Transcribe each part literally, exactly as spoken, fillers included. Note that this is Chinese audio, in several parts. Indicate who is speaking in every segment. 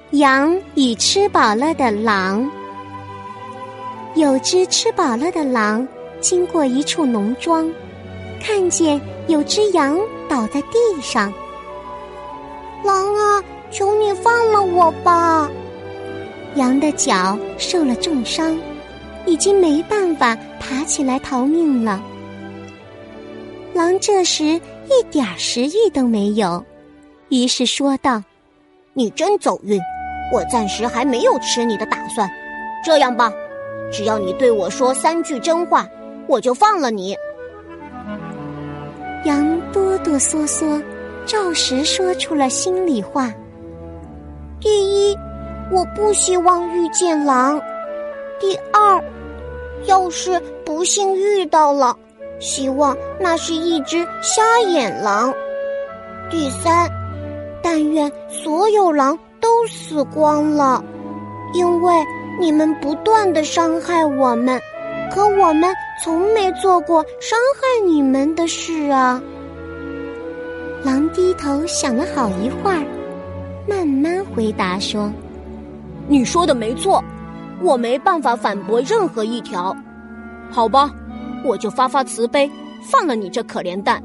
Speaker 1: 羊与吃饱了的狼。有只吃饱了的狼经过一处农庄，看见有只羊倒在地上。
Speaker 2: 狼啊，求你放了我吧！
Speaker 1: 羊的脚受了重伤，已经没办法爬起来逃命了。狼这时一点食欲都没有，于是说道：
Speaker 2: 你真走运，我暂时还没有吃你的打算。这样吧，只要你对我说三句真话，我就放了你。
Speaker 1: 羊哆哆嗦嗦，照实说出了心里话。
Speaker 2: 第一，我不希望遇见狼。第二，要是不幸遇到了，希望那是一只瞎眼狼。第三，但愿所有狼都死光了，因为你们不断地伤害我们，可我们从没做过伤害你们的事啊。
Speaker 1: 狼低头想了好一会儿，慢慢回答说：
Speaker 2: 你说的没错，我没办法反驳任何一条。好吧，我就发发慈悲，放了你这可怜蛋。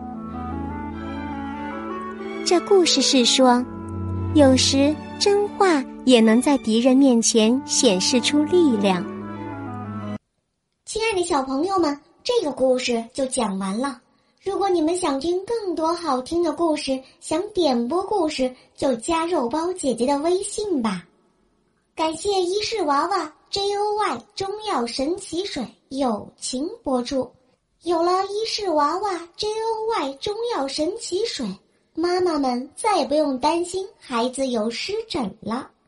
Speaker 1: 这故事是说，有时真话也能在敌人面前显示出力量。
Speaker 3: 亲爱的小朋友们，这个故事就讲完了。如果你们想听更多好听的故事，想点播故事，就加肉包姐姐的微信吧。感谢伊氏娃娃 J O Y 中药神奇水友情播出。有了伊氏娃娃 J O Y 中药神奇水，妈妈们再也不用担心孩子有湿疹了。